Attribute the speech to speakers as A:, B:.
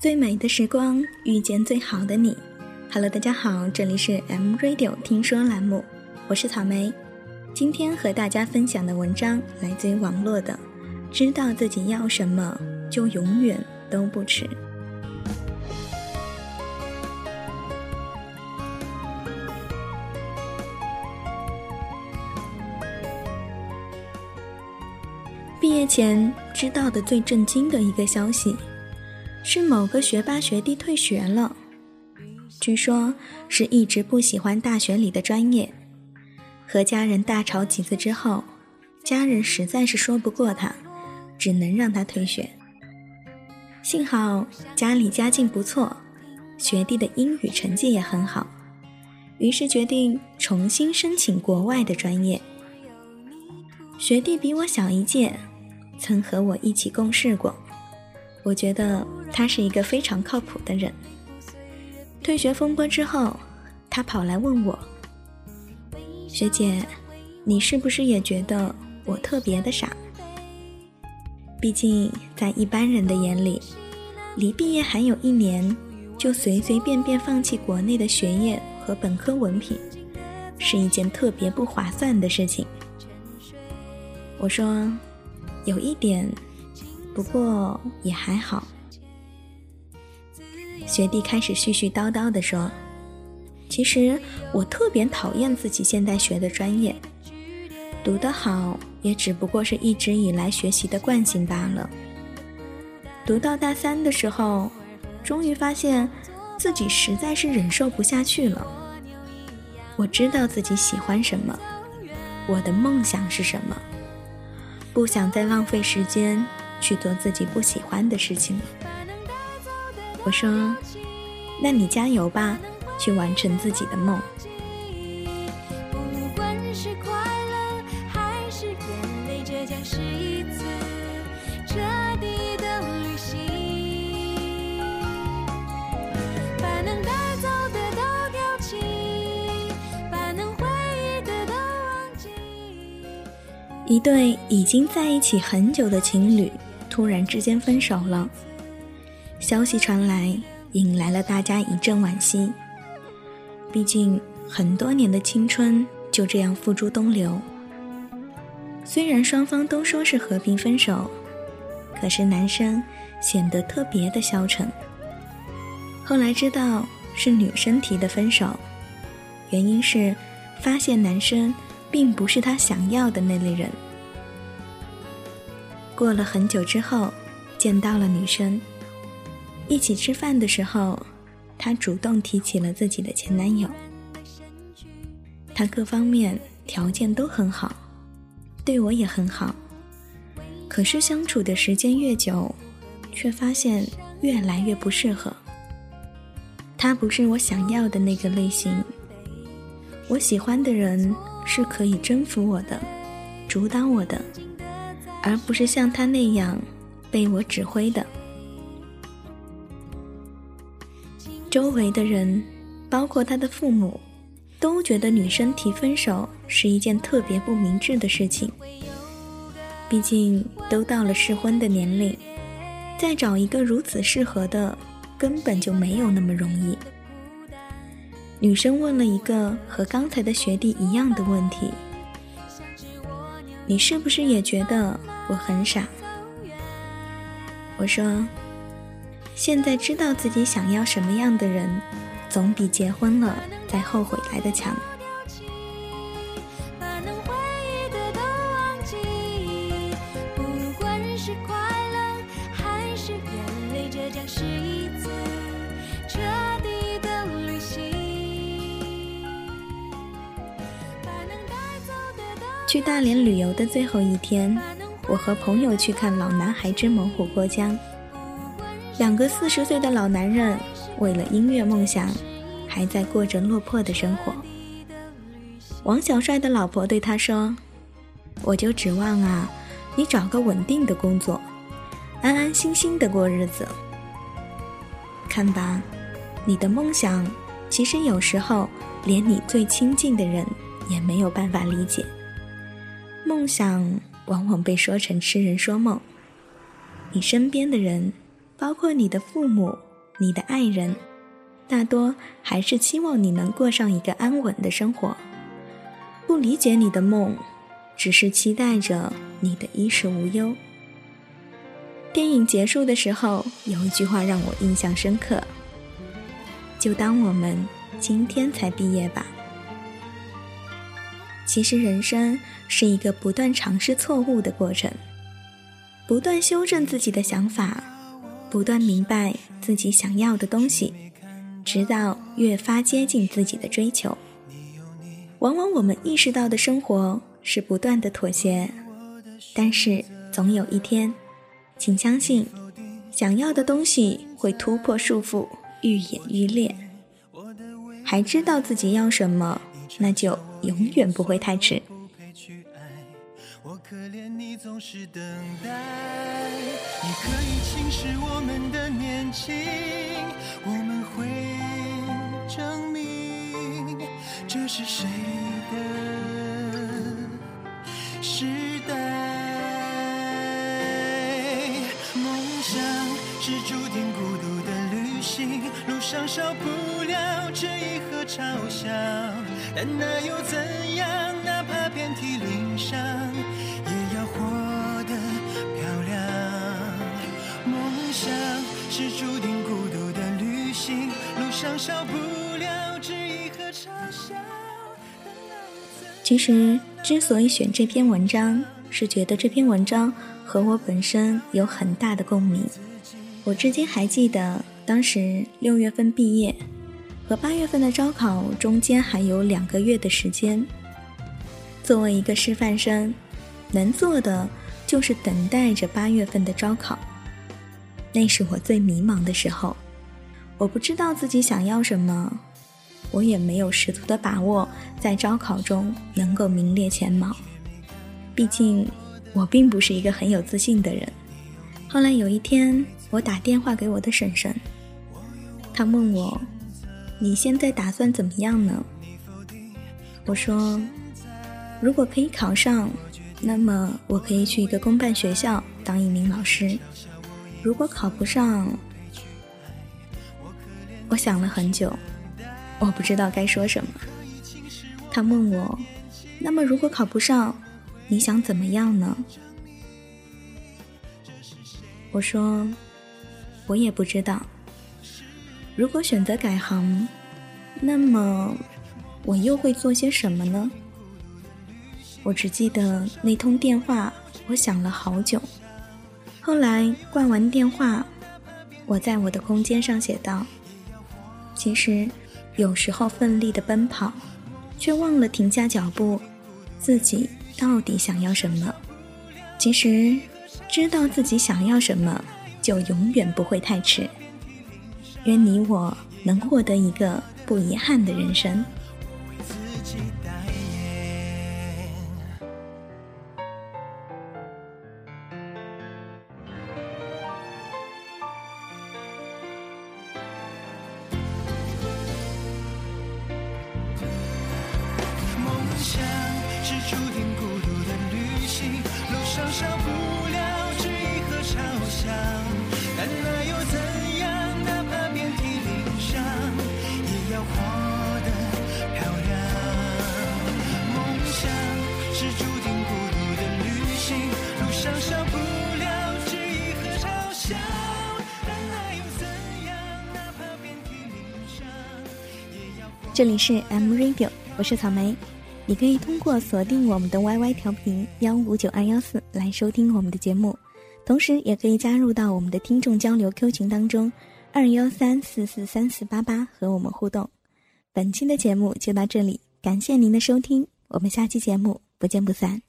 A: 最美的时光，遇见最好的你。Hello， 大家好，这里是 M Radio 听说栏目，我是草莓。今天和大家分享的文章来自于网络的，知道自己要什么，就永远都不迟。毕业前知道的最震惊的一个消息，是某个学霸学弟退学了。据说是一直不喜欢大学里的专业，和家人大吵几次之后，家人实在是说不过他，只能让他退学。幸好家里家境不错，学弟的英语成绩也很好，于是决定重新申请国外的专业。学弟比我小一届，曾和我一起共事过，我觉得他是一个非常靠谱的人。退学风波之后，他跑来问我，学姐，你是不是也觉得我特别的傻？毕竟在一般人的眼里，离毕业还有1年就随随便便放弃国内的学业和本科文凭，是一件特别不划算的事情。我说，有一点，不过也还好。学弟开始絮絮叨叨地说，其实我特别讨厌自己现在学的专业，读得好也只不过是一直以来学习的惯性罢了。读到大3的时候，终于发现自己实在是忍受不下去了。我知道自己喜欢什么，我的梦想是什么，不想再浪费时间去做自己不喜欢的事情了。我说，那你加油吧，去完成自己的梦。
B: 不管是快乐还是眼泪，这将是一次彻底的旅行，把能带走的都丢弃，把能回忆的都忘记。
A: 一对已经在一起很久的情侣突然之间分手了，消息传来，引来了大家一阵惋惜。毕竟很多年的青春就这样付诸东流。虽然双方都说是和平分手，可是男生显得特别的消沉。后来知道是女生提的分手，原因是发现男生并不是他想要的那类人。过了很久之后，见到了女生，一起吃饭的时候，他主动提起了自己的前男友。他各方面条件都很好，对我也很好，可是相处的时间越久，却发现越来越不适合。他不是我想要的那个类型，我喜欢的人是可以征服我的，主导我的，而不是像他那样被我指挥的。周围的人，包括他的父母，都觉得女生提分手是一件特别不明智的事情。毕竟都到了适婚的年龄，再找一个如此适合的，根本就没有那么容易。女生问了一个和刚才的学弟一样的问题，你是不是也觉得我很傻？我说，现在知道自己想要什么样的人，总比结婚了再后悔来的强。
B: 把能回忆的都忘记，不管是快乐还是眼泪，这将是一次彻底的旅行。
A: 去大连旅游的最后一天，我和朋友去看《老男孩之猛虎过江》。2个40岁的老男人，为了音乐梦想，还在过着落魄的生活。王小帅的老婆对他说，我就指望啊，你找个稳定的工作，安安心心的过日子。看吧，你的梦想，其实有时候连你最亲近的人也没有办法理解。梦想往往被说成痴人说梦，你身边的人，包括你的父母， 你的爱人，大多还是期望你能过上一个安稳的生活，不理解你的梦，只是期待着你的衣食无忧。电影结束的时候，有一句话让我印象深刻，就当我们今天才毕业吧。其实人生是一个不断尝试错误的过程，不断修正自己的想法，不断明白自己想要的东西，直到越发接近自己的追求。往往我们意识到的生活是不断的妥协，但是总有一天，请相信，想要的东西会突破束缚，愈演愈烈。还知道自己要什么，那就永远不会太迟。
C: 我可怜你总是等待，你可以轻视我们的年轻，我们会证明这是谁的时代。梦想是注定孤独的旅行，路上少不了质疑和嘲笑，但那又怎样？哪怕遍体鳞伤，也要活得漂亮。梦想是注定孤独的旅行，路上少不了质疑和嘲笑。
A: 其实之所以选这篇文章，是觉得这篇文章和我本身有很大的共鸣。我至今还记得当时6月份毕业和8月份的招考中间还有2个月的时间。作为一个师范生，能做的就是等待着8月份的招考。那是我最迷茫的时候，我不知道自己想要什么，我也没有十足的把握在招考中能够名列前茅。毕竟我并不是一个很有自信的人。后来有一天，我打电话给我的婶婶，她问我，你现在打算怎么样呢？我说，如果可以考上，那么我可以去一个公办学校当一名老师。如果考不上，我想了很久，我不知道该说什么。他问我，那么如果考不上，你想怎么样呢？我说，我也不知道。如果选择改行，那么我又会做些什么呢？我只记得那通电话，我想了好久。后来挂完电话，我在我的空间上写道，其实有时候奋力的奔跑，却忘了停下脚步，自己到底想要什么。其实知道自己想要什么，就永远不会太迟。愿你我能获得一个不遗憾的人生。
C: 想是注定孤独的旅行，路上少不了质疑和嘲笑，但那又怎样？哪怕遍体鳞伤，也要活得漂亮。梦想是注定孤独的旅行，路上少不了质疑和嘲笑，但那又怎样？哪怕遍体鳞伤，也要活得。
A: 这里是 M Radio， 我是草莓。你可以通过锁定我们的 YY 调频159214来收听我们的节目，同时也可以加入到我们的听众交流 Q 群当中213443488和我们互动。本期的节目就到这里，感谢您的收听，我们下期节目不见不散。